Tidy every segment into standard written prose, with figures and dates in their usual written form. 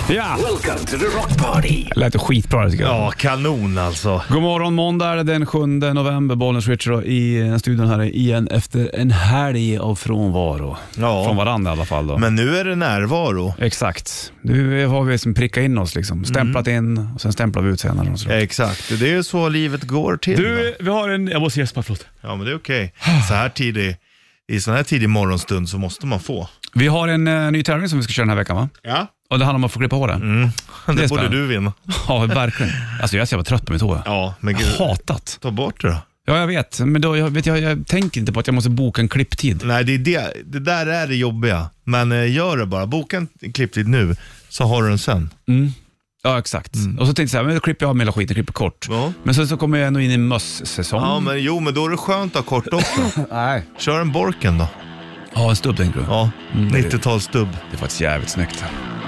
Ja! Welcome to the Rock Party. Lät skitbra tycker jag. Ja, kanon alltså. God morgon, måndag den 7 november. Bollen switcher i studion här igen efter en helg av frånvaro. Ja. Från varandra i alla fall då. Men nu är det närvaro. Exakt. Nu har vi som prickat in oss liksom. Stämplat in och sen stämplar vi ut senare. Och så. Exakt, det är ju så livet går till. Du, vi har en... Jag måste gäspa, förlåt. Ja, men det är okej. Så här tidig, i sån här tidig morgonstund så måste man få. Vi har en ny tävling som vi ska köra den här veckan, va? Ja. Och det handlar om att få klippa håret. Det borde du vinna. Ja, verkligen. Alltså jag var trött på mitt hår. Ja, men gud. Hatat. Ta bort det då. Ja, jag vet. Men då, jag tänker inte på att jag måste boka en klipptid. Nej, det där är det jobbiga. Men gör det bara. Boka en klipptid nu så har du den sen. Ja, exakt. Och så tänkte jag så här, men då klipper jag av med hela skiten, klipper kort. Ja. Men så kommer jag ändå in i möss-säsong. Ja, men då är det skönt att ha kort också. Nej. Kör en Borken då. Ja, en stubb tänker du? Ja, 90-talsstubb. Det är faktiskt jävligt snyggt.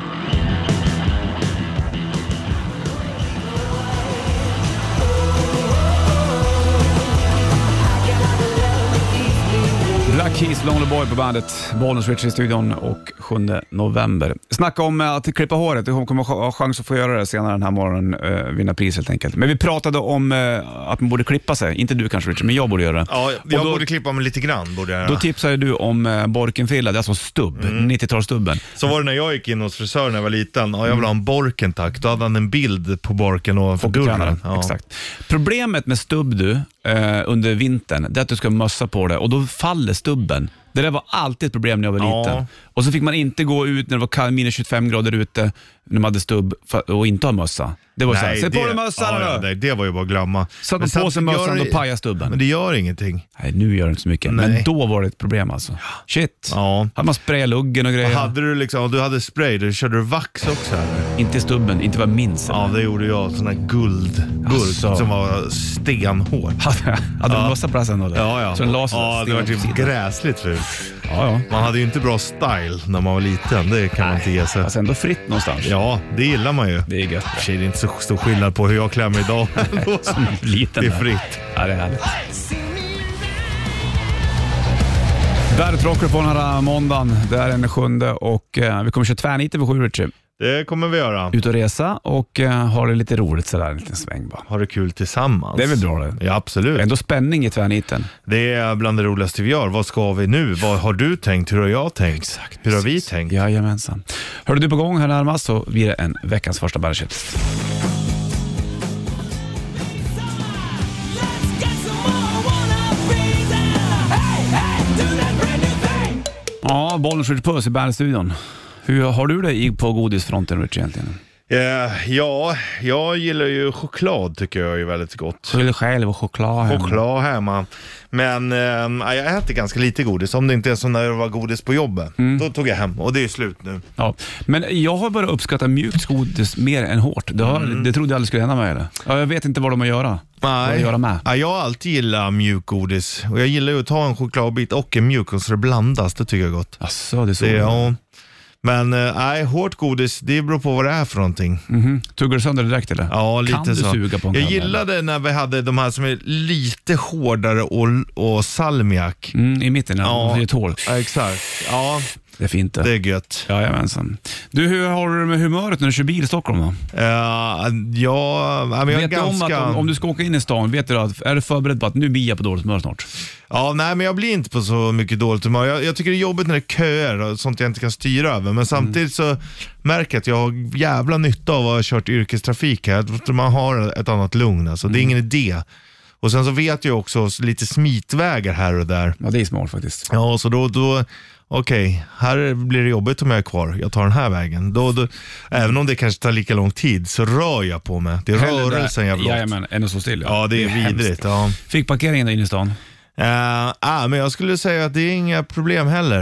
Black Keys, Lonely Boy på bandet. Bollen switch i studion och 7 november. Snacka om att klippa håret. Du kommer ha chans att få göra det senare den här morgonen. Vinna pris helt enkelt. Men vi pratade om att man borde klippa sig. Inte du kanske, Richard, men jag borde göra det. Ja, jag borde klippa mig lite grann. Då tipsade du om Borkenfrilla. Det är alltså stubb, 90-talsstubben. Så var det när jag gick in hos frisören när jag var liten. Ja, jag vill ha en Borken, tack. Då hade han en bild på Borken och dörren. Ja. Exakt. Problemet med stubb under vintern, det är att du ska mössa på det och då faller stubben. Det där var alltid ett problem när jag var liten. Och så fick man inte gå ut när det var minus 25 grader ute när man hade stubb och inte ha mössa. Det var såhär, se på dig mössan då! Det var ju bara glömma. Så att man på sig mössan, då pajar stubben. Men det gör ingenting. Nej, nu gör det inte så mycket. Nej. Men då var det ett problem alltså. Shit. Ja. Hade man sprayaluggen och grejer. Hade du liksom, du hade spray, du körde vax också eller? Inte stubben, inte vad jag minns. Ja, det gjorde jag. Sån här guldburk Alltså. som var stenhård. Hade du mössa på det sen då? Ja. Så den la ja, det var typ gräsligt fult. Ja. Man hade ju inte bra style när man var liten, det kan man inte ge sig. Alltså ändå fritt någonstans. Ja, det gillar man ju. Det är gött. Det är inte så stor skillnad på hur jag klär mig idag. Som liten. Det är fritt. Ja, det är härligt. Där rockar på den här måndagen. Det är den 7 och vi kommer köra tvärniten vid 7, Richard. Det kommer vi göra. Ut och resa och ha det lite roligt sådär, en liten sväng bara. Ha det kul tillsammans. Det är väl bra det? Ja, absolut. Ändå spänning i tvärniten. Det är bland det roligaste vi gör. Vad ska vi nu? Vad har du tänkt? Hur har jag tänkt? Exakt. Hur har vi tänkt? Jajamensan. Hörde du på gång här närmast så blir det en veckans första bandshit. Ja, bollen skjuter puss i bandstudion. Hur har du det på godisfronten, Richard, egentligen? Ja, jag gillar ju choklad, tycker jag är väldigt gott. Skyller själv och choklad hemma. Choklad hemma. Men jag äter ganska lite godis. Om det inte är så när det var godis på jobbet. Då tog jag hem och det är slut nu. Ja, men jag har börjat uppskatta mjukt godis mer än hårt. Det trodde jag aldrig skulle hända med det. Ja, jag vet inte vad de har att göra. Vad att göra med. Ja, jag har alltid gillat mjukgodis. Och jag gillar ju att ta en chokladbit och en mjuk och så det blandas. Det tycker jag är gott. Asså, det är så. Ja. Men hårt godis, det beror på vad det är för någonting. Tuggar du sönder det direkt eller? Ja, lite kan du så. Suga på en jag karamell? gillade när vi hade de här som är lite hårdare och salmiak. I mitten, ja. Det är tål. Ja, exakt. Ja, Det är fint det. det är gött. Jajamensan. Du, hur har du det med humöret när du kör bil i Stockholm då? Men jag är Vet du om att om du ska åka in i stan, vet du att, är du förberedd på att nu blir jag på dåligt humör snart? Ja, nej, men jag blir inte på så mycket dåligt humör. Jag tycker det är jobbigt när det är köer och sånt jag inte kan styra över. Men samtidigt så märker jag att jag har jävla nytta av att ha kört yrkestrafik här. Jag tror man har ett annat lugn. Alltså. Det är ingen idé. Och sen så vet jag också lite smitvägar här och där. Ja, det är smart faktiskt. Ja, så då okej, här blir det jobbigt om jag är kvar. Jag tar den här vägen. Även om det kanske tar lika lång tid så rör jag på mig. Det är rörelsen jag vill åt. Jajamän, ändå så still. Ja, det är vidrigt. Ja. Fick parkeringen där inne i stan? Men jag skulle säga att det är inga problem heller.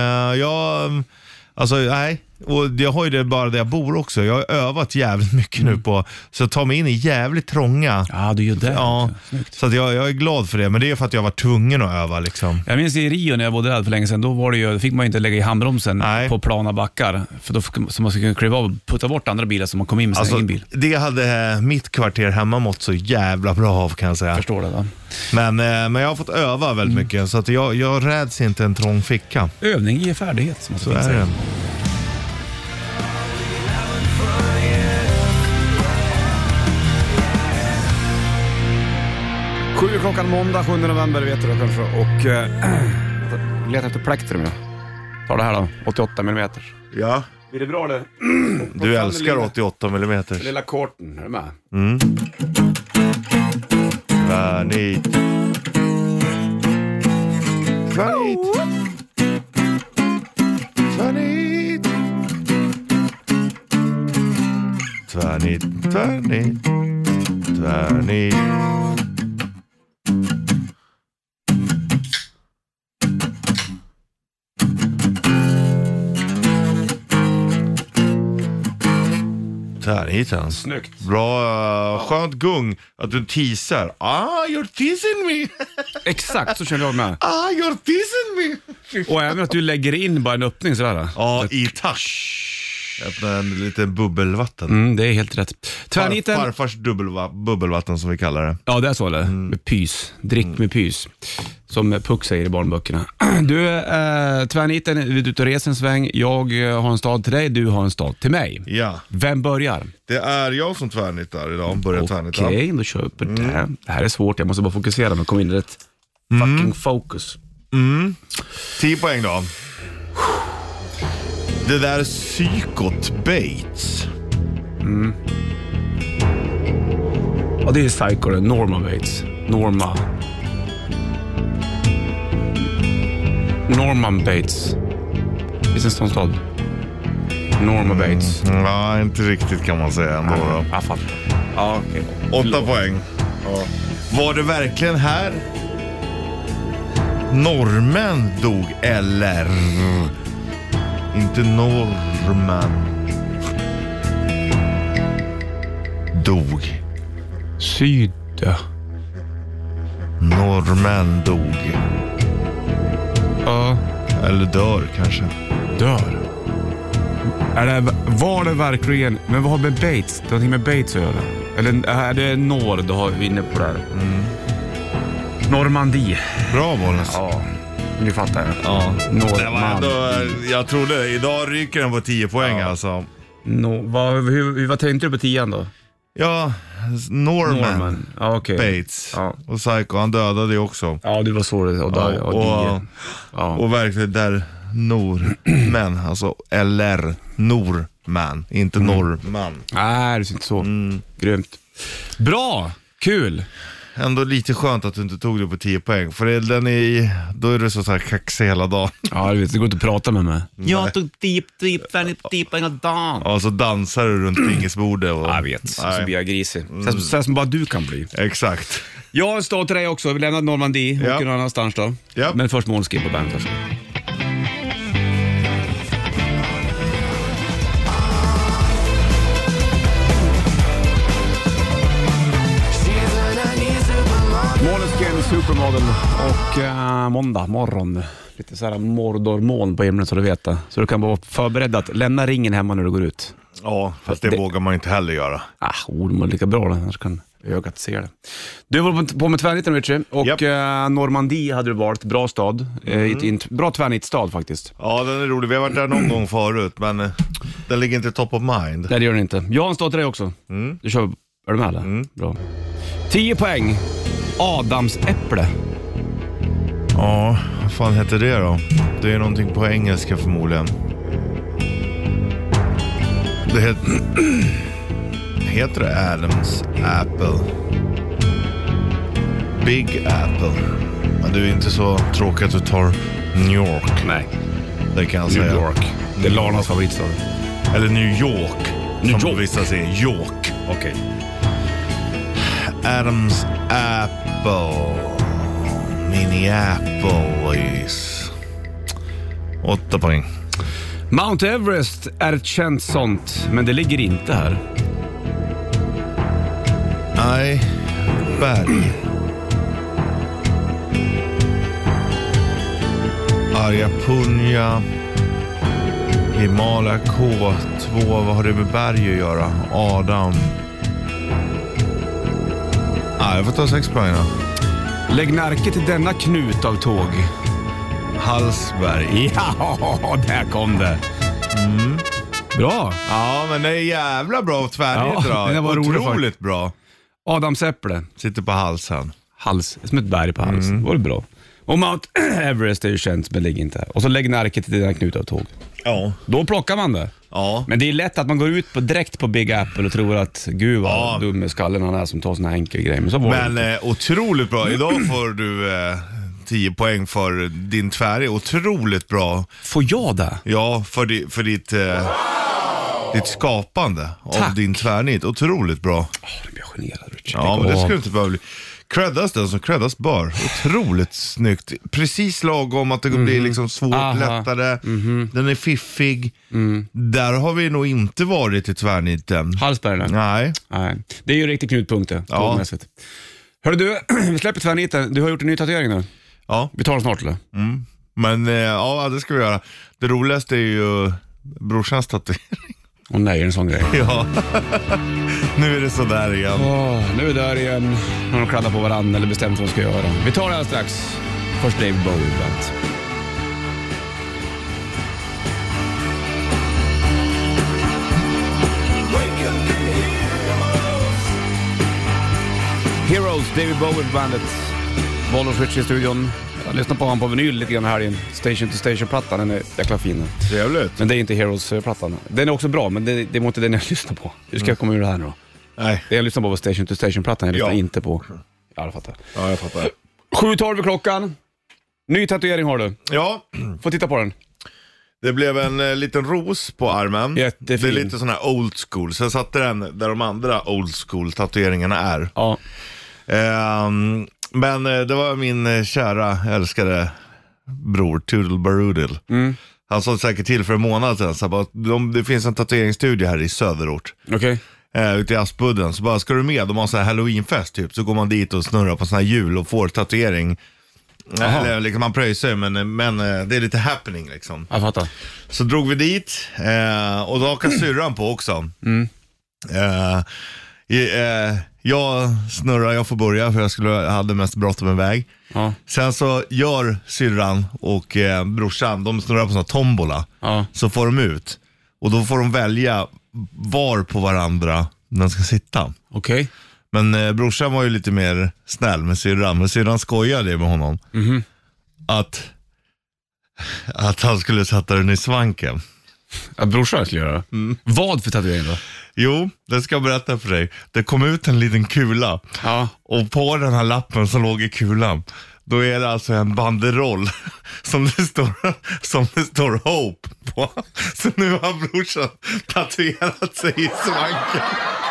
Nej. Nej. Och jag har ju det bara där jag bor också. Jag har övat jävligt mycket nu på så ta mig in i jävligt trånga. Ja, du gör det. Ja, så att jag är glad för det. Men det är för att jag var tvungen att öva liksom. Jag minns i Rio när jag bodde där för länge sedan. Då var det ju, fick man inte lägga i handbromsen på plana backar. För då så man skulle kunna kliva av och putta bort andra bilar som man kom in med sin egen bil. Det hade mitt kvarter hemma mått så jävla bra av, kan jag säga. Förstår det, va? Men jag har fått öva väldigt mycket. Så att jag räds inte en trång ficka. Övning ger färdighet, som man så är det. klockan måndag 7 november, vet du kanske. Och letar efter plektrum. Ja. Ta det här då, 88 mm. Ja. Är det bra det? Du älskar 88 mm. Lilla korten, är du med? Tvärnit. Tvärnit. Tvärnit. Tvärnit. Tvärnit. Tvärnit. Tvärniten. Snyggt. Bra, skönt gung att du teasar. You're teasing me. Exakt, så känner jag med. You're teasing me. Och även att du lägger in bara en öppning sådär. Ja, i touch. Öppna en liten bubbelvatten. Det är helt rätt. Tvärniten. Farfars bubbelvatten som vi kallar det. Ja, det är så det. Med pys. Drick med pys. Som Puck säger i barnböckerna. Du, tvärniten, vi är ute och reser en sväng. Jag har en stad till dig, du har en stad till mig. Ja. Vem börjar? Det är jag som tvärnitar idag. Okej, då köper det. Det här är svårt, jag måste bara fokusera. Men kom in i ett fucking fokus. 10 poäng då. Det där psykot Bates. Ja, det är Psycho, Norma Bates. Norman Bates. Finns en sån stad? Norma Bates. Ja, inte riktigt kan man säga ändå då. Jag fattar. Ja, okej. 8 poäng. Ja. Var det verkligen här norrmän dog eller? Inte norrmän dog. Syd. Norrmän dog. Ja. Eller dör kanske. Dör. Var det verkligen? Men vad har med Bates? Det har någonting med Bates att göra. Eller är det norr då har vi inne på det här? Normandie. Bra Bollnäs. Ja, nu fattar jag. Ja. Det var ändå, jag trodde, idag ryker den på 10 poäng alltså. Vad tänkte du på 10 då? Ja, Norman. Ja, okay. Bates. Ja. Och Psycho, han dödade ju också. Ja, det var så det. Och verkligen där norrmän, alltså eller norrman, inte norrman. Nej, det är inte så. Grymt. Bra, kul. Ändå lite skönt att du inte tog det på 10 poäng. För då är det så här kaxig hela dagen. Ja, det går inte att prata med mig. Jag tog 10 poäng av dagen. Ja, så dansar du runt pingisbordet. Jag vet, så blir jag grisig. Så som bara du kan bli. Exakt. Jag står till dig också. Vi lämnar Normandie och åker någon annanstans då. Ja. Men först Måneskin på bandet. Måneskin, Supermodel och måndag morgon. Lite såhär mordormoln på himlen så du vet det. Så du kan vara förberedd att lämna ringen hemma när du går ut. Ja, fast det vågar man inte heller göra. Ord är lika bra då, annars kan ögat se det. Du var på med tvärnitten, Richie. Och Normandie hade du varit, bra stad. Bra tvärnittstad faktiskt. Ja, den är rolig. Vi har varit där någon gång förut, men den ligger inte top of mind. Nej, det gör den inte. Jag har en stad till dig också. Du kör, är du med eller? Bra. 10 poäng. Adamsäpple. Ja, vad fan heter det då? Det är någonting på engelska förmodligen. Det heter det Adams Apple. Big Apple. Men det är inte så tråkigt att du tar New York. Nej. Det kan jag säga. New York. Det är Larnas favoritstad. Eller New York. Som vissa säger York. Okej. Adams Apple. Minneapolis. 8 poäng. Mount Everest är ett känt sånt, men det ligger inte här. Nej, berg. Arjapunja. Himalaya K2. Vad har det med berg att göra? Adam. Jag får ta 6 poäng då. Lägg märke till denna knut av tåg. Hallsberg. Ja, där kom det. Bra. Ja, men det är jävla bra tvärnit då. det var otroligt bra. Adamsäpple. Sitter på halsen. som ett berg på halsen. Var det bra. Och Mount Everest är ju känt, men ligger inte här. Och så lägger närket till dina knutar av tåg. Ja. Då plockar man det. Ja. Men det är lätt att man går ut direkt på Big Apple och tror att gud vad dum med skallen han är som tar såna här enkla grejer. Men så var det otroligt bra. Idag får du 10 poäng för din tvärnit. Otroligt bra. Får jag det? Ja, för ditt skapande av din tvärnit. Otroligt bra. Nu blir jag generad, Richard. Ja, men det skulle inte behöva bli. Creddas den som creddas bör. Otroligt snyggt. Precis lagom att det blir liksom svårt, lättare. Den är fiffig. Där har vi nog inte varit i tvärniten. Hallsberg eller? Nej. Det är ju en riktig knutpunkt det. Ja. Hörru du, vi släpper tvärniten. Du har gjort en ny tatuering nu. Ja. Vi tar den snart eller? Men ja, det ska vi göra. Det roligaste är ju brorsans tatuering. Och nej, en sån grej. Ja. Nu är det så där igen. Nu är vi där igen. När de kladdar på varandra eller bestämt vad de ska göra. Vi tar det här strax. Först David Bowie ibland. Heroes, David Bowie bandet. Bollnäs Richie i studion. Jag lyssnar på honom på vinyl lite grann här i Station to Station-plattan. Den är jäkla fin. Trevligt. Men det är inte Heroes-plattan. Den är också bra, men det var inte den jag lyssnar på. Hur ska jag komma ur det här nu då? Nej. Det jag lyssnar på var Station to Station-plattan. Jag lyssnar inte på... Ja, jag fattar. Ja, jag fattar. 7:12 klockan. Ny tatuering har du. Ja. Får titta på den. Det blev en liten ros på armen. Jättefin. Det är lite sån här old school. Så jag satte den där de andra old school tatueringarna är. Ja. Men det var min kära, älskade bror Toodle Barudel. Han sa säkert till för en månad sedan så bara, det finns en tatueringsstudio här i söderort. Okej. Ute i Aspudden. Så bara, ska du med? De har så här Halloweenfest typ. Så går man dit och snurrar på sån här hjul och får tatuering. Eller liksom man pröjsar men det är lite happening liksom. Jag fattar. Så drog vi dit och då hakade syrran på också. Jag snurrar, jag får börja för jag hade mest bråttom en väg. Ja. Sen så gör syrran och brorsan, de snurrar på sån här tombola. Ja. Så får de ut. Och då får de välja var på varandra den ska sitta. Okej. Men brorsan var ju lite mer snäll med syrran. Men syrran skojade med honom. Att han skulle sätta den i svanken. Att brorsan skulle göra? Vad för tatuering då? Jo, det ska jag berätta för dig. Det kom ut en liten kula. Ja. Och på den här lappen som låg i kulan, då är det alltså en banderoll som det står Hope på. Så nu har brorsan tatuerat sig i svanken.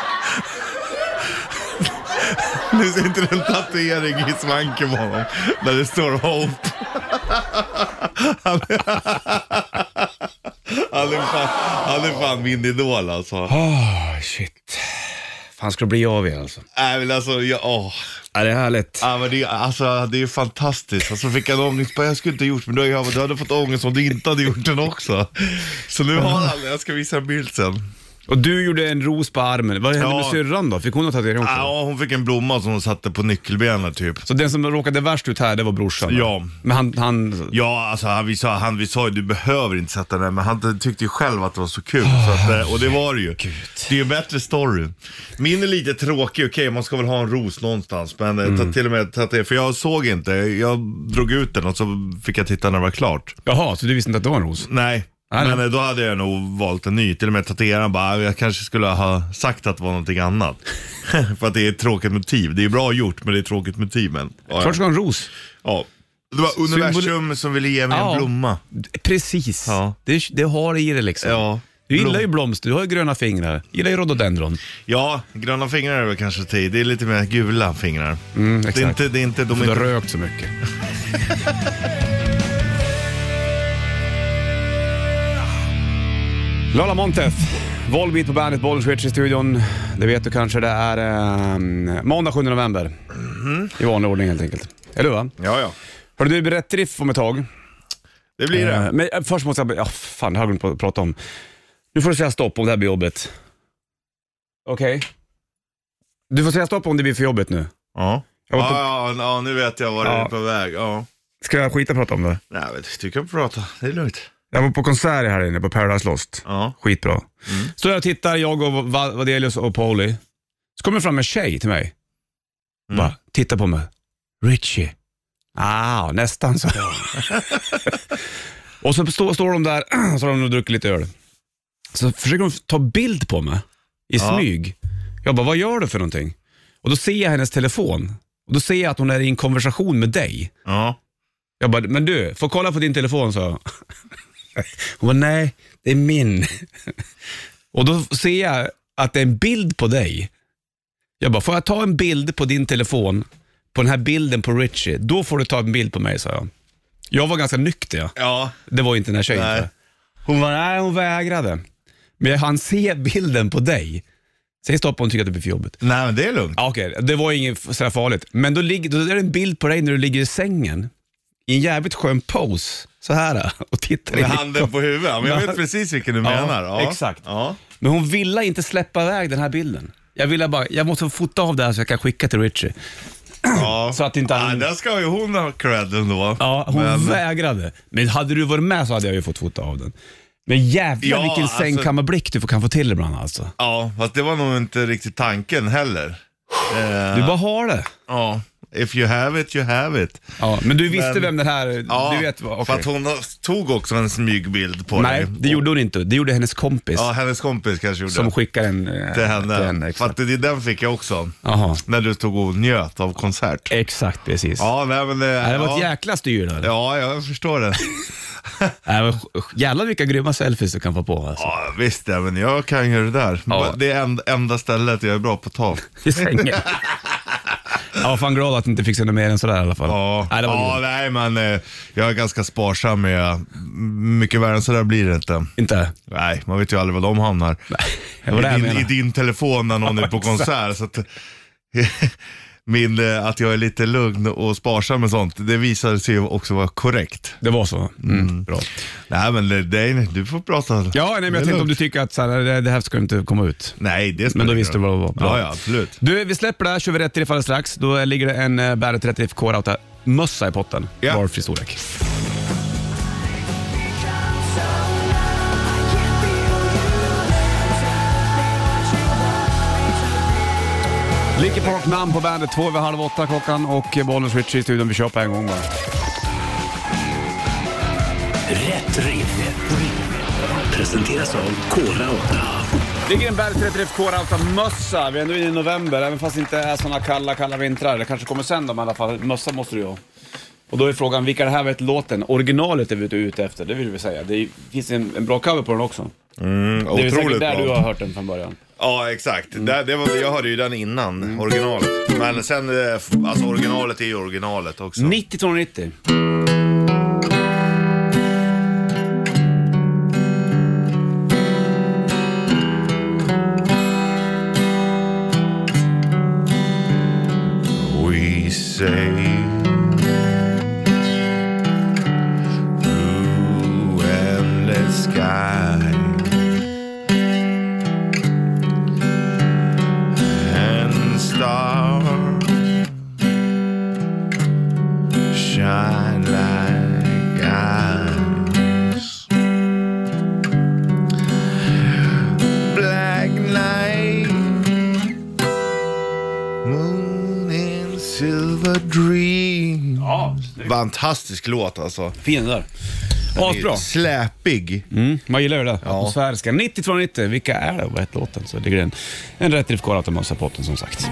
Nu sitter en tatuering i svanken på honom där det står Hope. Han är fan min idol alltså. Shit. Fan ska det bli av er alltså? Nej men alltså, Är det härligt? Ja men det är ju fantastiskt. Alltså fick jag en ångest på jag skulle inte gjort, men du hade fått ångest om du inte hade gjort den också. Så nu har han, jag ska visa en bild sen. Och du gjorde en ros på armen. Vad hände med syrran då? Fick hon något tatuering också? Ja, hon fick en blomma som hon satte på nyckelbenen typ. Så den som råkade värst ut här, det var brorsan? Ja. Men han... Ja, alltså vi sa ju du behöver inte sätta den, men han tyckte ju själv att det var så kul. Så att, och det var det ju. Gud. Det är ju bättre story. Min är lite tråkig, okej, man ska väl ha en ros någonstans. Men till och med för jag såg inte, jag drog ut den och så fick jag titta när det var klart. Jaha, så du visste inte att det var en ros? Nej. Men då hade jag nog valt en ny. Till och med tatueraren bara, jag kanske skulle ha sagt att det var någonting annat. För att det är ett tråkigt motiv. Det är bra gjort, men det är ett tråkigt motiv. Men, klart ska ha en ros. Ja. Det var universum som ville ge mig en blomma. Precis. Ja. Det har i det liksom. Ja. Du gillar ju blomster, du har ju gröna fingrar. Gillar ju rhododendron. Ja, gröna fingrar är väl kanske tid. Det är lite mer gula fingrar. Exakt. Det är inte du har rökt så mycket. Lola Montez, Volbeat på bandet, Bollnäs Richie i studion. Det vet du kanske, det är måndag 7 november. I vanlig ordning helt enkelt. Är du va? Ja. Har du berättat riff om ett tag? Det blir det. Men först måste jag... fan, det har jag glömt att prata om. Nu får du säga stopp om det här blir jobbet. Okej. Du får säga stopp om det blir för jobbet nu. Ja, nu vet jag var det är på väg. Ja. Ska jag skita och prata om det? Nej, du kan prata. Det är lugnt. Jag var på konsert här inne på Paradise Lost. Ja. Skitbra. Så jag tittar, jag och Vadelius och Pauli. Så kommer det fram en tjej till mig. Bara, titta på mig. Richie. Nästan så. Och så står de där, så har de druckit lite öl. Så försöker de ta bild på mig i smyg. Jag bara, vad gör du för någonting? Och då ser jag hennes telefon. Och då ser jag att hon är i en konversation med dig. Ja. Jag bara, men du, får kolla på din telefon, så. Hon bara, nej, det är min. Och då ser jag att det är en bild på dig. Jag bara, får jag ta en bild på din telefon? På den här bilden på Richie. Då får du ta en bild på mig, sa jag. Jag var ganska nykter. Ja. Det var inte den här tjejen. Nej. Hon vägrade. Men han ser bilden på dig. Säg stopp om hon tycker att det blir för jobbigt. Nej, men det är lugnt. Okej, det var inget så farligt. Men då är det en bild på dig när du ligger i sängen. I en jävligt skön pose. Så här och tittar med handen på huvudet. Men jag vet precis vilken du menar. Ja, exakt. Ja. Men hon ville inte släppa iväg den här bilden. Jag måste fota av det här så jag kan skicka till Richie. Ja. Så att inte han... där ska ju hon ha cred ändå. Ja, hon vägrade. Men hade du varit med så hade jag ju fått fota av den. Men jävlar vilken sängkammarblick du kan få till ibland alltså. Ja, fast det var nog inte riktigt tanken heller. Du bara har det. Ja, if you have it, you have it. Ja, men du visste vem den här... Ja, du vet, okay. För att hon tog också en smygbild på dig. Nej, det gjorde hon inte. Det gjorde hennes kompis. Ja, hennes kompis kanske gjorde. Som skickade en till henne. För att den fick jag också. Aha. När du stod och njöt av konsert. Exakt, precis. Ja, nej, men det var ett jäkla styr där. Ja, jag förstår det. Jävlar vilka grymma selfies du kan få på alltså. Ja, visst det, men jag kan göra det där. Ja. Det är enda stället jag är bra på att ta. I sängen. Jag var fan glad att inte fick se något mer än sådär i alla fall. Ja, nej, men jag är ganska sparsam med mycket värre än sådär blir det inte. Inte? Nej, man vet ju aldrig var de hamnar. Nej, i din telefon när någon är på konsert. Så att, att jag är lite lugn och sparsam med sånt, det visade sig också vara korrekt. Det var så. Bra. Nej, men du får prata. Ja, nej, men jag tänkte om du tycker att så här, det här ska inte komma ut. Nej, det ska. Men då visste du vad det var. Bra. Ja, absolut. Du, vi släpper det här, kör vi rätt i fall strax. Då ligger det en Bäret 30 K-Rauta mössa i potten. Ja. Valfri storlek. Linkin Park namn på bandet 7:30 klockan och Bollnäs Richie i studion. Vi kör på en gång bara. Rätt riff. Presenteras av K-Rauta. Ligger en Bäret 30 K-Rauta mössa. Vi är ändå inne i november, även fast det inte är såna kalla vintrar. Det kanske kommer sen då, men i alla fall mössa måste du ha. Och då är frågan, vilka det här vet låten? Originalet är vi ute efter, det vill vi säga. Det finns en bra cover på den också. Det är säkert där du har hört den från början. Ja, exakt. Jag hörde ju den innan originalet. Men sen, alltså originalet är ju originalet också. 1990. We say through endless sky and stars shine like eyes. Black night, moon and silver dream. Ja, fantastisk låt alltså. Fin där. Asbra. Släpig. Man gillar ju det. Atmosfäriska. 9290. Vilka är det? Vad heter låten? Så det ligger en rätt riff K-Rauta mössa på potten som sagt.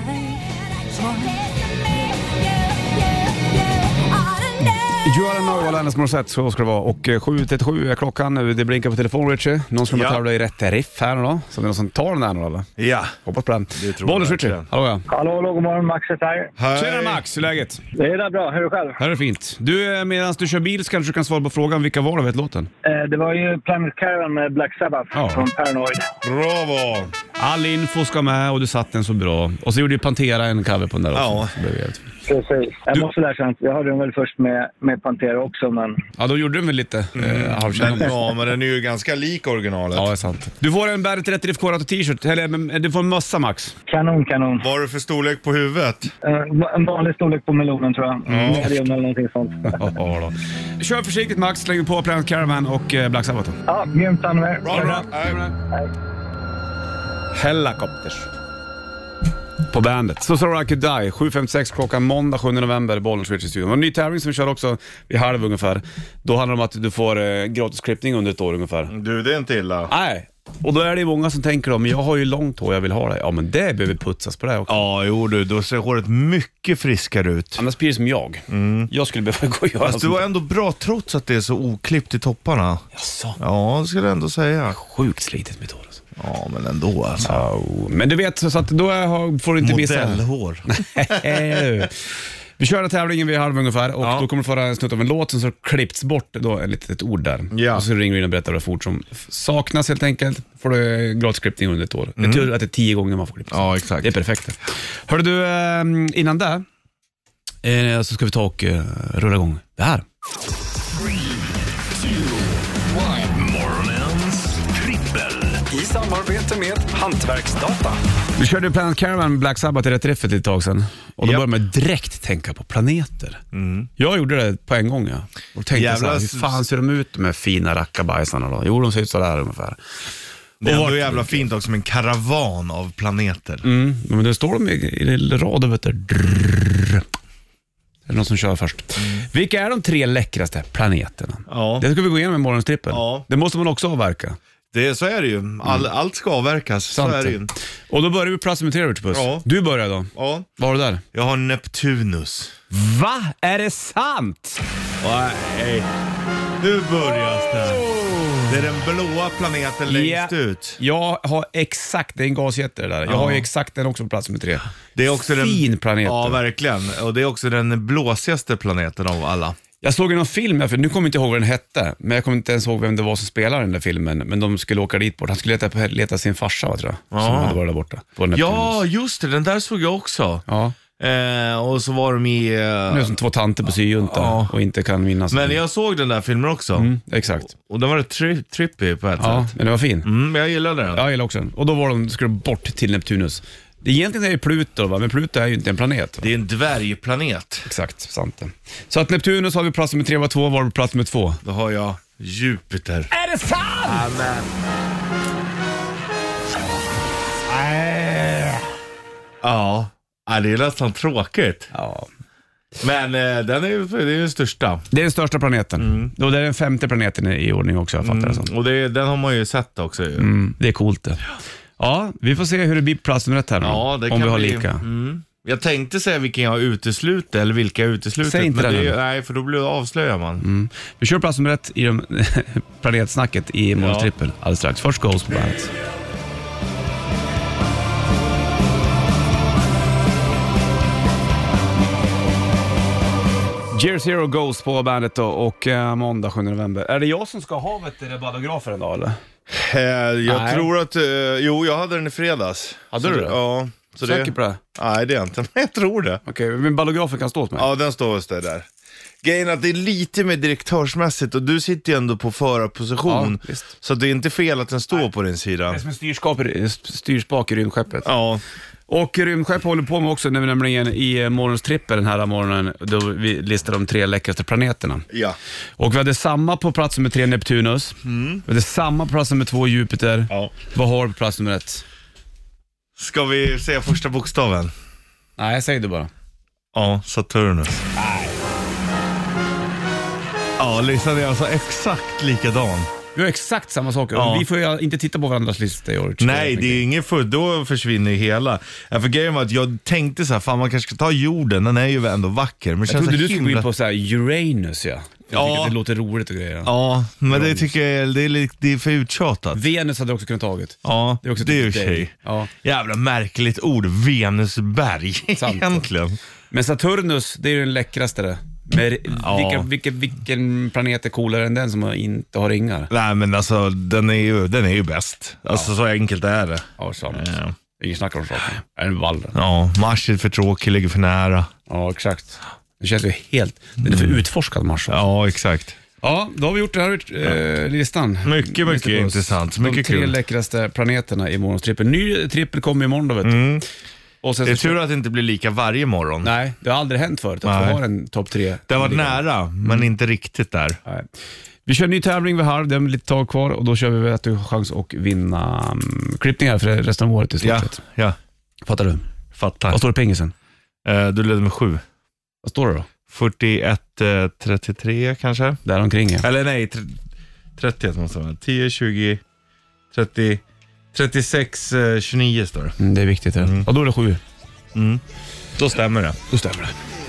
You are know vad Lennis Morissette, så ska det vara. Och 7:37 är klockan. Det blinkar på telefon, Richie. Någon som har tävlat i rätt riff här nu då. Så det är någon som tar den här nu eller? Ja. Hoppas på den. Bollnäs Richie. Hallå ja. Hallå, god morgon. Max här. Tjena Max, hur är läget? Det är bra. Hur är det själv? Här är det fint. Du, medan du kör bil så kanske du kan svara på frågan. Vilka var det vet låten? Det var ju Planet Caravan med Black Sabbath från Paranoid. Bravo! All info ska med och du satt den så bra. Och så gjorde ju Pantera en cover på den där också. Ja. Precis. Jag måste lära sig. Jag hörde den väl först med Pantera också, men... Ja, då gjorde den väl lite halvkänd. Ja, men den är ju ganska lik originalet. Ja, det är sant. Du får en Bäret 30 K-Rauta t-shirt. Eller du får en mössa, Max. Kanon. Vad har du för storlek på huvudet? En vanlig storlek på melonen, tror jag. Medium eller någonting sånt. Ja, då. Kör försiktigt, Max. Släng på Planet Caravan och Black Sabbath. Ja, grymt. Han med. Bra. Helicopters. på bandet. Så I Could Die, 7.56 klockan måndag 7 november, Bollnäs Switch i studion. Och en ny tävling som vi kör också vid halv ungefär. Då handlar det om att du får gratis klippning under ett år ungefär. Du, det är inte illa. Nej, och då är det många som tänker men jag har ju långt hår, jag vill ha det. Ja, men det behöver putsas på det också. Ja, jo du, då ser håret mycket friskare ut. Annars blir det som jag. Jag skulle behöva gå och göra. Fast du var ändå bra trots att det är så oklippt i topparna. Jaså? Ja, det skulle jag ändå säga. Sjukt slitet mitt hår. Ja, men ändå alltså. Oh, men du vet, så att då får du inte missa. Modellhår. Vi kör tävlingen vid halv ungefär och då kommer du få en snutt av en låt som så klippts bort då ett ord där. Ja. Och så ringer du in och berättar vad fort som saknas helt enkelt. Får du glatsklippning under ett år. Det tror att det är 10 gånger man får klippt. Ja, exakt. Det är perfekt. Hörde du, innan det så ska vi ta och rulla igång det här. 3, 2, 1. Morgonens trippel. I samarbete med Hantverksdata. Vi körde Planet Caravan Black Sabbath i rätt riffet ett tag sedan. Och då började man direkt tänka på planeter. Jag gjorde det på en gång, ja. Och tänkte så här, hur fan ser de ut, de här fina rackabajsarna då? Jo, de ser ut så där ungefär. Det är ändå jävla fint också med en karavan av planeter. Men det står de i rad och vet du. Det är någon som kör först. Vilka är de 3 läckraste planeterna? Ja. Det ska vi gå igenom med morgonens trippel. Ja. Det måste man också avverka. Så är det ju. Allt ska avverkas. Sant. Så är det ju. Och då börjar vi plats med 3, Richard Puss. Ja. Du börjar då. Ja. Vad har du där? Jag har Neptunus. Va? Är det sant? Nej. Nu börjar det. Det är den blåa planeten längst ut. Jag har exakt, det är en gasjätte där. Jag har ju exakt den också på plats med 3. Det är också fin planet. Ja, verkligen. Och det är också den blåsigaste planeten av alla. Jag såg en film, för nu kommer jag inte ihåg vad den hette, men jag kommer inte ens ihåg vem det var som spelade den där filmen, men de skulle åka dit bort. Han skulle leta sin farsa, tror jag, som hade varit där borta. Ja, just det, den där såg jag också. Ja. Och så var de i... Nu är som 2 tanter på syjunta och inte kan minnas. Men jag såg den där filmen också. Exakt. Och den var rätt trippy på ett sätt. Men det var fin. Jag gillade den. Ja, jag gillade också den. Och då skulle de bort till Neptunus. Egentligen är det Pluto, va? Men Pluto är ju inte en planet. Det är en dvärgplanet. Exakt, sant. Så att Neptunus har vi plats med 3, var 2, var vi plats med 2. Då har jag Jupiter. Är det sant? Amen. Ja, det är nästan tråkigt. Ja. Men det är den största. Det är den största planeten. Och det är den 5:e planeten i ordning också, jag fattar det som. Och den har man ju sett också. Det är coolt det. Ja, vi får se hur det blir på plats nummer 1 här nu. Ja, det om kan vi har bli lika. Jag tänkte säga vilken jag har uteslutit eller vilka jag uteslutit. Säg inte men det. Nej, för då avslöjar man. Vi kör plats nummer 1 i planetsnacket i Måns trippel alldeles strax. Först Ghost på bandet. Year Zero Ghost på bandet då, och måndag 7 november. Är det jag som ska ha ballografer en dag eller? Jag tror att... jo, jag hade den i fredags. Hade du det? Ja. Så Säker på det? Nej, det är inte. Men jag tror det. Okej, men ballografen kan stå åt mig? Ja, den står hos dig där. Grejen är att det är lite mer direktörsmässigt och du sitter ju ändå på förarposition. Ja, visst. Så det är inte fel att den står på din sida. Det är som en styrspak i rymdskeppet. Ja. Och rymdskepp håller på med också nämligen i morgons trippel den här morgonen, då vi listar de 3 läckraste planeterna. Ja. Och vi hade samma på plats nummer 3 Neptunus. Vi hade samma på plats nummer 2 Jupiter. Ja. Vad har du på plats nummer 1? Ska vi säga första bokstaven? Nej, säg du bara. Ja, Saturnus. Nej. Ja, listan är alltså exakt likadan. Vi har exakt samma saker. Ja. Vi får ju inte titta på varandras listor i år. Nej, det är ingen då försvinner hela. För grejen var att jag tänkte så här, fan man kanske ska ta jorden, den är ju ändå vacker. Men jag känns trodde så du skulle gå in på så här Uranus, ja. Jag tycker att det låter roligt och grejer. Ja, men det tycker jag det är för uttjatat. Venus hade du också kunnat tagit. Ja, det är också ju tjej. Ja. Jävla märkligt ord, Venusberg egentligen. Men Saturnus, det är ju den läckraste det. Men vilken planet är coolare än den som inte har ringar? Nej, men alltså den är ju bäst. Alltså så enkelt är det. Ja, sant. Ingen snackar om saker. Är den vallen? Ja, Mars är för tråkig, ligger för nära. Ja, exakt. Det känns ju helt... Den är för utforskad Mars. Ja, exakt. Ja, då har vi gjort den här listan. Mycket intressant. Mycket kul. De 3 läckraste planeterna i morgons trippel. Ny trippel kommer imorgon då, vet du. Och sen det är tur att det inte blir lika varje morgon. Nej, det har aldrig hänt förut att vi har en topp 3. Det har varit nära, men inte riktigt där. Nej. Vi kör en ny tävling vid halv, det är lite tag kvar och då kör vi att du har chans att vinna klippningar för resten av året i stort sett. Ja. Fattar du? Fattar. Vad står det pengisen? Du ledde med 7. Vad står det då? 41-33 kanske? Där omkring, ja. Eller nej, 30 måste vara. 10, 20, 30, 36, 29 står det. Det är viktigt. Och då är det 7. Då stämmer det. Då stämmer det.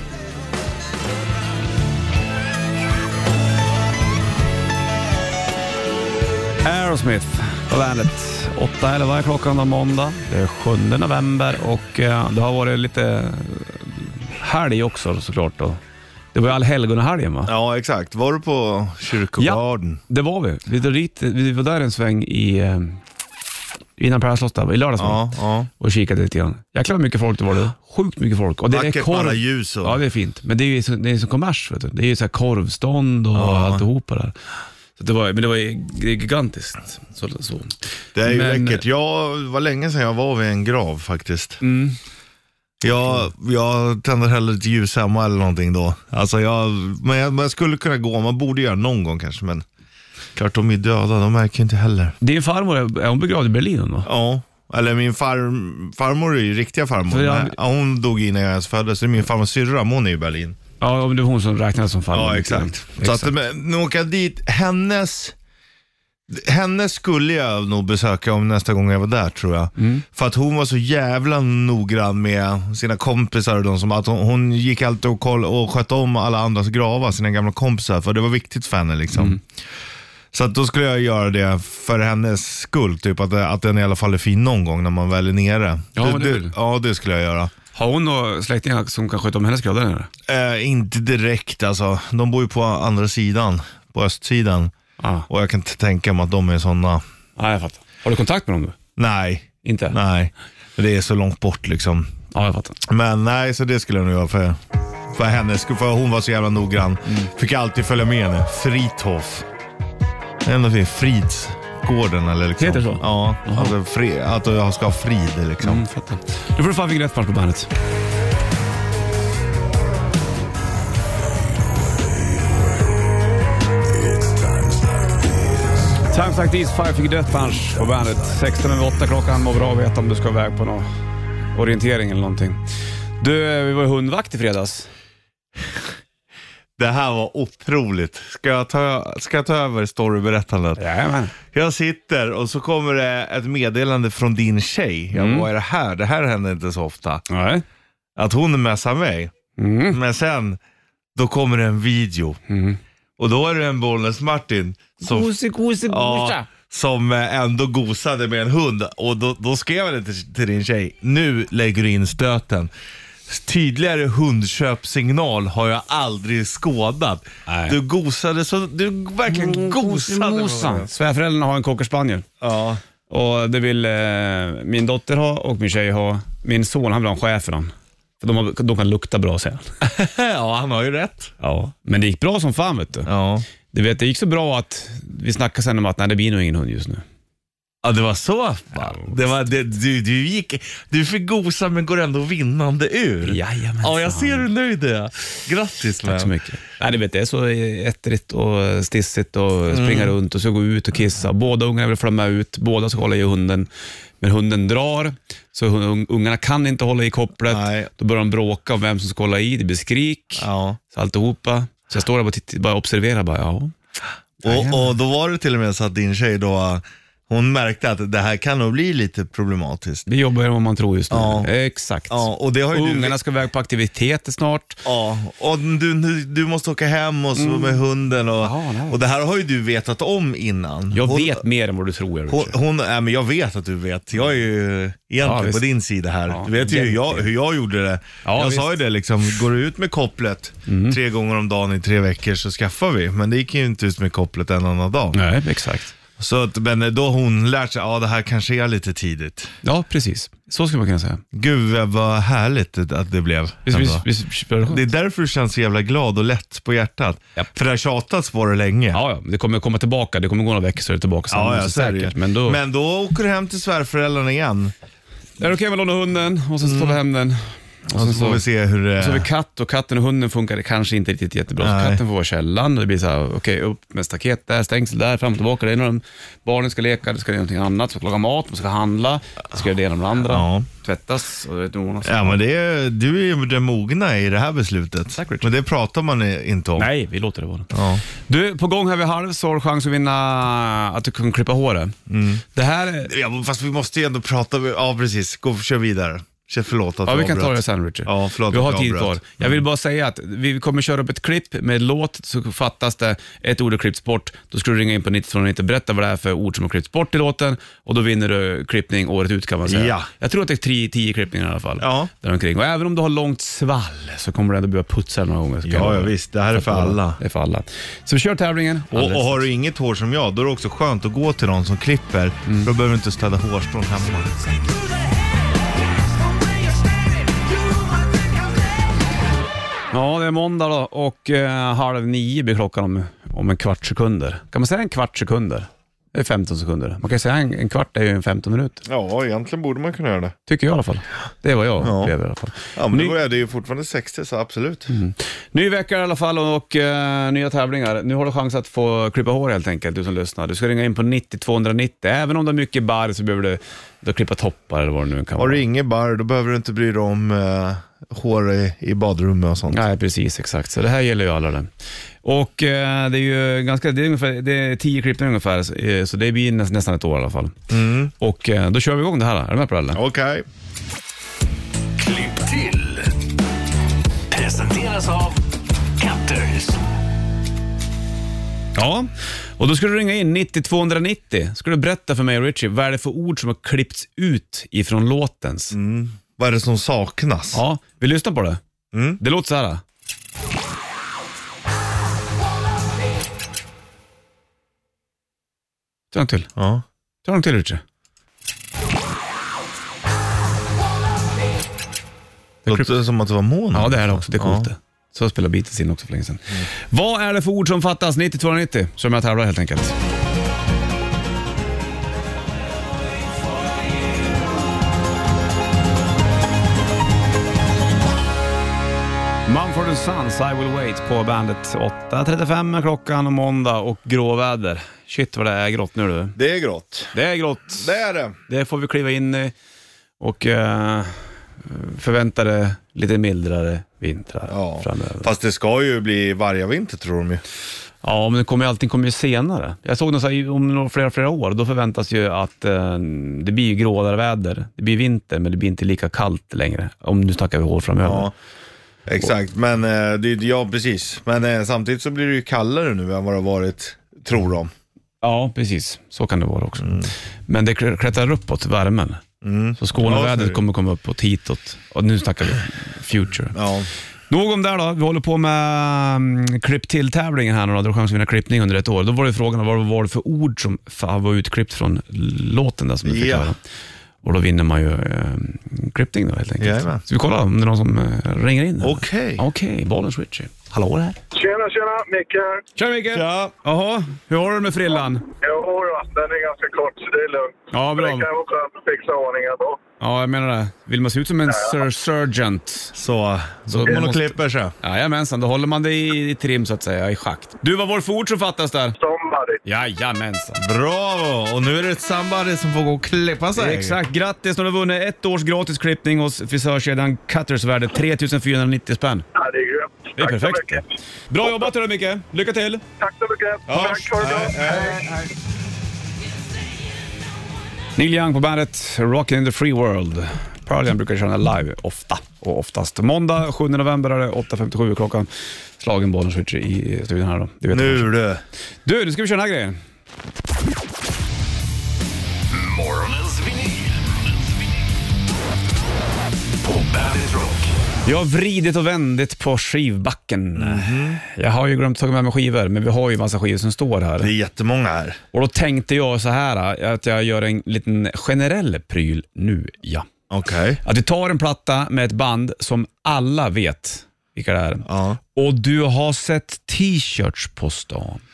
Aerosmith på bandet. 8:11 är klockan om måndag. Det är 7 november och det har varit lite helg också såklart då. Det var ju allhelgonahelgen, va? Ja, exakt. Var du på kyrkogården? Ja, det var vi. Vi var där en sväng innan Pärslås där, i lördags. Ja. Och kikade lite grann. Jäklar mycket folk det var det. Sjukt mycket folk. Och det vackert är korv. alla ljus och... Ja, det är fint. Men det är ju så kommers, vet du. Det är ju så här korvstånd och alltihopa där. Så det var gigantiskt. Så. Det är ju läckert. Jag var länge sedan jag var vid en grav faktiskt. Jag tänder hellre ett ljus hemma eller någonting då. Alltså men jag skulle kunna gå, man borde göra någon gång kanske, men klart de är döda, de märker inte heller. Din farmor, är hon begravd i Berlin då? Ja, eller min farmor är ju riktiga farmor. Hon dog innan jag ens föddes, så det är min farmors syrra, hon är i Berlin. Ja, det var hon som räknades som farmor. Ja, exakt. Så att nu åka dit, hennes skulle jag nog besöka om nästa gång jag var där, tror jag. För att hon var så jävla noggrann med sina kompisar och de som att hon gick alltid och skötte om alla andras gravar, sina gamla kompisar, för det var viktigt för henne liksom. Så att då skulle jag göra det för hennes skull, typ att den i alla fall är fin någon gång när man väl är nere. Ja, det skulle jag göra. Har hon några släktingar som kan sköta om hennes gravar? Inte direkt alltså. De bor ju på andra sidan, på östsidan. Och jag kan inte tänka mig att de är sådana. Ja, jag fattar. Har du kontakt med dem nu? Nej. Inte? Nej, det är så långt bort liksom. Ja, jag fattar. Men nej, så det skulle jag nog göra för henne. För hon var så jävla noggrann. Fick alltid följa med henne. Frithof. Ändå för Fridsgården eller liksom. Heter det så? Ja, alltså att jag ska ha frid liksom. Fattar. Nu får du fan fick rätt på bandet. Times Like These, Five Finger Death Punch på bandet. 16:08 klockan, må bra veta om du ska iväg på någon orientering eller någonting. Du, vi var hundvakt i fredags. Det här var otroligt. Ska jag ta över storyberättandet? Jajamän. Jag sitter och så kommer det ett meddelande från din tjej. Vad är det här? Det här händer inte så ofta. Nej. Att hon messar mig. Men sen, då kommer det en video. Och då är det en Bollnäs Martin som, som ändå gosade med en hund. Och då skrev jag det till din tjej. Nu lägger du in stöten. Tydligare hundköpsignal har jag aldrig skådat. Nej. Du gosade så, du verkligen gosade. Svärföräldrarna har en cocker spaniel. Ja. Och det vill min dotter ha och min tjej ha. Min son, han vill ha en schäfer. För de kan lukta bra, säger han. Ja, han har ju rätt. Ja, men det gick bra som fan, vet du. Ja. Du vet, det gick så bra att vi snackade sen om att nej, det blir nog ingen hund just nu. Ja, det var så. Ja, du fick gosa men går ändå vinnande ur. Jajamän. Ja, jag ser hur nöjd är. Grattis. Tack så mycket. Nej, du vet, det är så ettrigt och stissigt och springa runt och så gå ut och kissa. Båda ungarna vill flamma ut, båda ska hålla i hunden. Men hunden drar, så ungarna kan inte hålla i kopplet. Nej. Då börjar de bråka om vem som ska hålla i, det blir skrik. Ja. Så alltihopa. Så jag står där och bara observerar. Bara, ja. Och då var det till och med så att din tjej då, hon märkte att det här kan nog bli lite problematiskt. Det jobbar om man tror just nu. Ja. Exakt. Ja, och det har ju ungarna ska iväg på aktiviteter snart. Ja, och du måste åka hem och så med hunden. Och det här har ju du vetat om innan. Jag vet mer än vad du tror. Men jag vet att du vet. Jag är ju egentligen på din sida här. Ja, du vet ju hur jag gjorde det. Ja, jag sa ju det liksom, går du ut med kopplet 3 gånger om dagen i 3 veckor så skaffar vi. Men det gick ju inte ut med kopplet en annan dag. Nej, exakt. Så att, men då hon lärt sig, det här kanske är lite tidigt. Ja, precis. Så skulle man kunna säga. Gud, vad härligt att det blev. Det är därför du känns så jävla glad och lätt på hjärtat. Japp. För det har tjatats på det länge. Ja, det kommer komma tillbaka. Det kommer gå några veckor så är det tillbaka. Ja, säkert. Men då åker du hem till svärföräldrarna igen. Är det okej med låna hunden och så tar vi hem den? Och så får vi se hur det... Så har vi katt, och katten och hunden funkar det kanske inte riktigt jättebra. Så katten får vara källan och det blir så här, okej, upp med staket där, stängsel där, fram och tillbaka. Det är när barnen ska leka, det ska göra någonting annat, så ska laga mat, man ska handla, det ska göra det ena med det andra, tvättas och vet du. Ja, men du är ju den mogna i det här beslutet. Säkert. Men det pratar man inte om. Nej, vi låter det vara. Ja. Du, på gång här vid halv så har du chans att vinna att du kan klippa håret. Det här... Ja, fast vi måste ju ändå prata. Ja, precis. Kör vidare. Förlåt att vi kan ta det sen, Richard. Ja, förlåt. Vi har tid kvar. Jag vill bara säga att vi kommer köra upp ett klipp med låt, så fattas det ett ord och klippts bort. Då ska du ringa in på 9290 och berätta vad det är för ord som har klippts bort i låten, och då vinner du klippning året ut, kan man säga. Ja. Jag tror att det är 10 klippningar i alla fall. Ja. Där omkring. Och även om du har långt svall så kommer du ändå behöva putsa några gånger. Ja, visst. Det här är för alla. Det är för alla. Så vi kör tävlingen. Och har du inget hår som jag, då är det också skönt att gå till någon som klipper. Då behöver du inte städa hårstrån hemma. Ja, det är måndag då, och 8:30 blir klockan om en kvart sekunder. Kan man säga en kvart sekunder? Det är 15 sekunder. Man kan säga en kvart är ju en 15 minuter. Ja, egentligen borde man kunna göra det. Tycker jag i alla fall. Det är vad jag upplever i alla fall. Ja, men då är det ju fortfarande 60, så absolut. Ny vecka i alla fall, och nya tävlingar. Nu har du chans att få klippa hår helt enkelt, du som lyssnar. Du ska ringa in på 90-290. Även om det är mycket barr så behöver du klippa toppar eller vad det nu kan vara. Har du inget barr, då behöver du inte bry dig om hår i badrummet och sånt. Nej, precis, exakt. Så det här gäller ju alla det. Och det är ju det är 10 klippningar ungefär, så det blir nästan ett år i alla fall. Och då kör vi igång det här. Är du med på det, eller? Okej. Klipp till. Presenteras av Cutters. Ja, och då ska du ringa in 90-290. Ska du berätta för mig och Richie, vad är det för ord som har klippts ut ifrån låtens? Vad är det som saknas? Ja, vi lyssnar på det. Det låter så här. Ta en till. Ja. Ta en till, Richie. Det låter som att det var mån. Ja, det är det också. Det är coolt det. Så spelar Beatles in också för länge sedan. Vad är det för ord som fattas? 90-290, som jag tävlar helt enkelt. Mumford & Sons, I Will Wait på bandet. 8:35 är klockan och måndag och gråväder. Shit vad det är grått nu, du. Det är grått. Det är grått. Det är det. Det får vi kliva in i och förväntade lite mildare vintrar framöver. Fast det ska ju bli varje vinter, tror de ju. Ja, men allting kommer ju senare. Jag såg något så här, om flera år, då förväntas ju att det blir gråare väder. Det blir vinter, men det blir inte lika kallt längre. Om nu snackar vi år framöver. Ja, exakt. Men ja, precis. Men samtidigt så blir det ju kallare nu än vad det har varit, tror de. Ja, precis. Så kan det vara också. Men det klättrar uppåt, värmen. Så Skånevädret kommer komma uppåt, hitåt. Och nu snackar vi future. Ja. Nog om det då. Vi håller på med klipp till tävlingen här nu då. Du har chans att vinna klippning under ett år. Då var det frågan, vad var det för ord som var utklippt från låten där som du fick höra. Och då vinner man ju klippning då helt enkelt. Jajamän. Så vi kollar om det är någon som ringer in. Okej. Bollens Richie. Hallå där. Tjena, Micke. Tjena Micke. Ja. Jaha, hur har du det med frillan? Jo då, den är ganska kort så det är lugnt. Ja, bra. Det kan vara skönt att fixa ordning då. Ja, jag menar det. Vill man se ut som en sergeant? Så man och klipper sig. Jajamensan, då håller man det i trim så att säga, i schakt. Du, vad var det för ord som fattas där? Somebody. Jajamensan. Bravo! Och nu är det ett somebody som får gå och klippa sig. Exakt, grattis, nu har du vunnit 1 års gratis klippning hos frisörkedjan Cutters, värde 3 490 spänn. Ja, det är grymt. Det är Tack perfekt. så mycket. Bra jobbat då, Micke. Lycka till. Tack så mycket. Ja. Tack, ha det bra. Hej. Neil Young på bandet Rockin' in the Free World. Pearl Jam brukar köra live ofta och oftast. Måndag 7 november är det 8:57 klockan. Slagen Bollens Richie i studion här då. Det vet Nu du ska vi köra den här grejen. Morgonens vinyl. På Bandit Rock. Jag har vridit och vändit på skivbacken. Jag har ju glömt ta med mig skivor, men vi har ju massa skivor som står här. Det är jättemånga här. Och då tänkte jag så här att jag gör en liten generell pryl nu, ja. Okej. Att vi tar en platta med ett band som alla vet vilka det är. Ja. Och du har sett t-shirts på stan.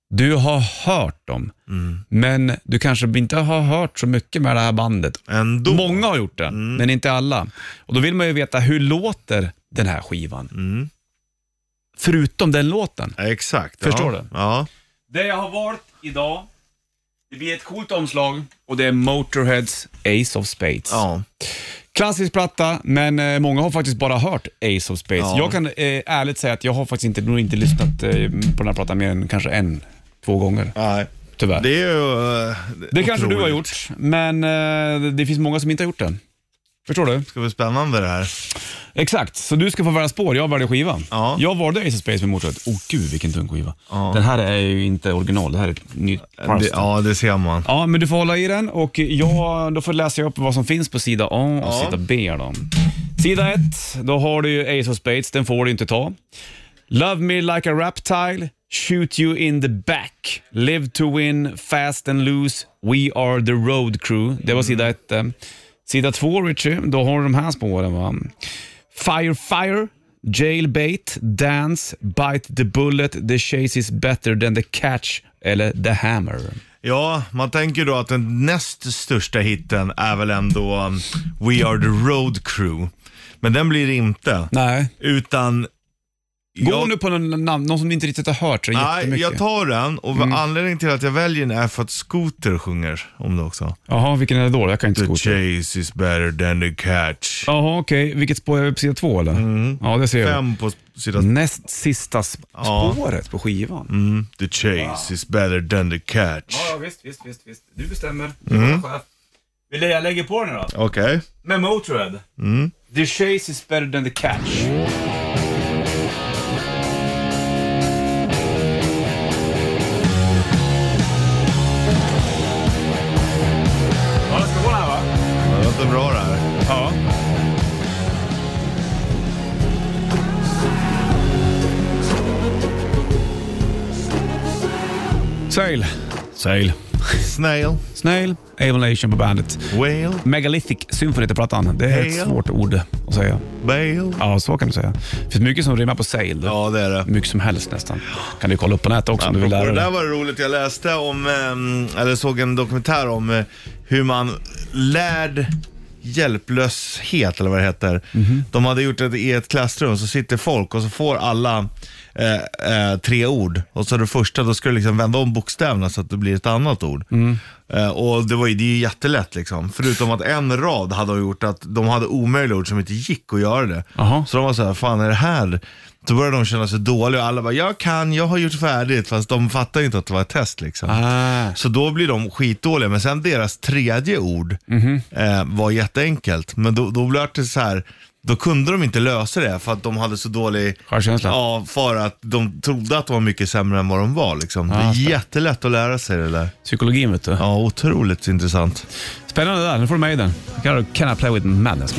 Du har hört dem, men du kanske inte har hört så mycket med det här bandet. Ändå. Många har gjort det, men inte alla. Och då vill man ju veta, hur låter den här skivan? Förutom den låten. Exakt. Förstår du? Ja. Det jag har valt idag, det blir ett coolt omslag och det är Motorheads Ace of Spades. Ja. Klassisk platta, men många har faktiskt bara hört Ace of Spades. Ja. Jag kan ärligt säga att jag har faktiskt nog inte lyssnat på den här plattan mer än kanske 1-2 gånger. Nej. Tyvärr. Det är ju Det kanske du har otroligt. gjort, men det finns många som inte har gjort det. Förstår du? Ska bli spännande det här. Exakt, så du ska få välja spår. Jag valde skivan. Ja. Jag valde Ace of Spades med Motorhead. Gud vilken tung skiva. Ja. Den här är ju inte original, det här är ett nytt master. Ja, det ser man. Ja, men du får hålla i den och då får jag läsa upp vad som finns på sida A och sida B då. Sida 1, då har du ju Ace of Spades, den får du inte ta. Love me like a reptile, shoot you in the back, live to win, fast and loose, we are the road crew. Det var sida 1. Sida 2, Richie, då har du de här spåren va. Fire, fire, jailbait, dance, bite the bullet, the chase is better than the catch eller the hammer. Ja, man tänker då att den näst största hitten är väl ändå We Are The Road Crew. Men den blir inte. Nej. Utan... Gå nu på någon som inte riktigt har hört det Nej, jättemycket. jag tar den och anledningen till att jag väljer den är för att Scooter sjunger om det också. Jaha, vilken är det då? Jag kan inte The Scooter. chase is better than the catch. Jaha, okej. Vilket spår är det på sida 2 eller? Ja, det ser jag. 5 på sidan. Näst sista spåret på skivan. The chase is better than the catch. Ja, visst. Du bestämmer. Jag lägger på den då. Okej. Med Motorhead. The chase is better than the catch. Ja, det ska gå här va? Det låter bra det här. Ja. Sail. Snail, Avon på bandet. Whale. Megalithic Symphony till plattan. Det är ett Hail. svårt ord att säga. Bale. Ja, så kan du säga. Det finns mycket som rimmar på sail. Ja, det är det. Mycket som helst nästan. Kan du kolla upp på nätet också om du vill lära Det dig. där var roligt. Jag läste om, eller såg en dokumentär om hur man lärd hjälplöshet eller vad det heter. De hade gjort det i ett klassrum, så sitter folk och så får alla 3 ord. Och så det första, då ska du liksom vända om bokstäverna så att det blir ett annat ord. Och det är ju jättelätt liksom. Förutom att en rad hade gjort att de hade omöjliga ord som inte gick att göra det. Aha. Så de var så här, fan är det här? Då började de känna sig dåliga och alla bara, jag har gjort färdigt. Fast de fattar inte att det var ett test liksom. Så då blir de skitdåliga. Men sen deras 3:e ord var jätteenkelt. Men då blev det så här, då kunde de inte lösa det för att de hade så dålig självkänsla. Ja, för att de trodde att de var mycket sämre än vad de var liksom. Det är jättelätt att lära sig det där. Psykologin vet du. Ja, otroligt intressant. Spännande där, nu får du med i den. Can I play with madness?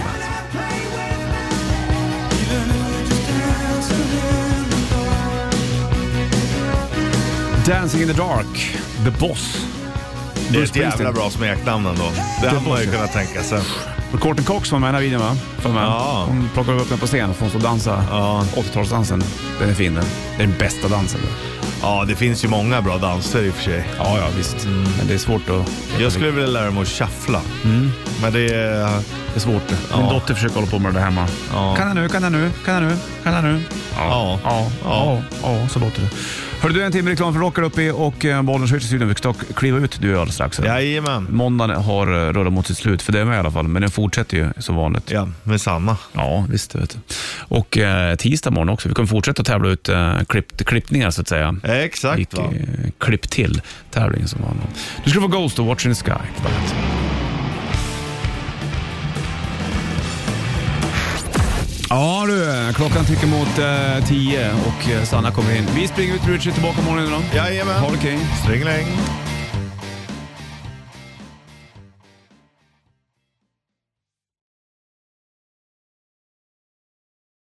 Dancing in the Dark, The Boss. Det är ett jävla bra smeknamn ändå. Det hade man ju kunnat tänka sig. Courtney Cox var med i den här videon va? Ja. Hon plockar upp den på scen och får stå och dansa 80-talsdansen. Den är fin den. Det är den bästa dansen. Ja, det finns ju många bra danser i och för sig. Ja, visst. Men det är svårt att... Jag skulle vilja lära mig att shuffla. Men det är svårt. Min dotter försöker hålla på med det hemma. Ja. Kan jag nu? Ja, så låter det. Hörde du, en timme reklam för Rockar uppe i och Bollnäs hörs i studion. Vi ska kliva ut du och jag strax. Jajamän. Måndagen har rullat mot sitt slut för det med i alla fall. Men den fortsätter ju som vanligt. Ja, med samma. Ja, visst vet du. Och tisdag morgon också. Vi kommer fortsätta tävla ut klippningar så att säga. Exakt va. Klipp till tävlingen som vanligt. Du ska få Ghost och Watch in the Sky. Ja du, klockan tycker mot 10 och Sanna kommer in. Vi springer ut, Richard tillbaka morgonen då. Jajamän. Ha det okej. Strängläng.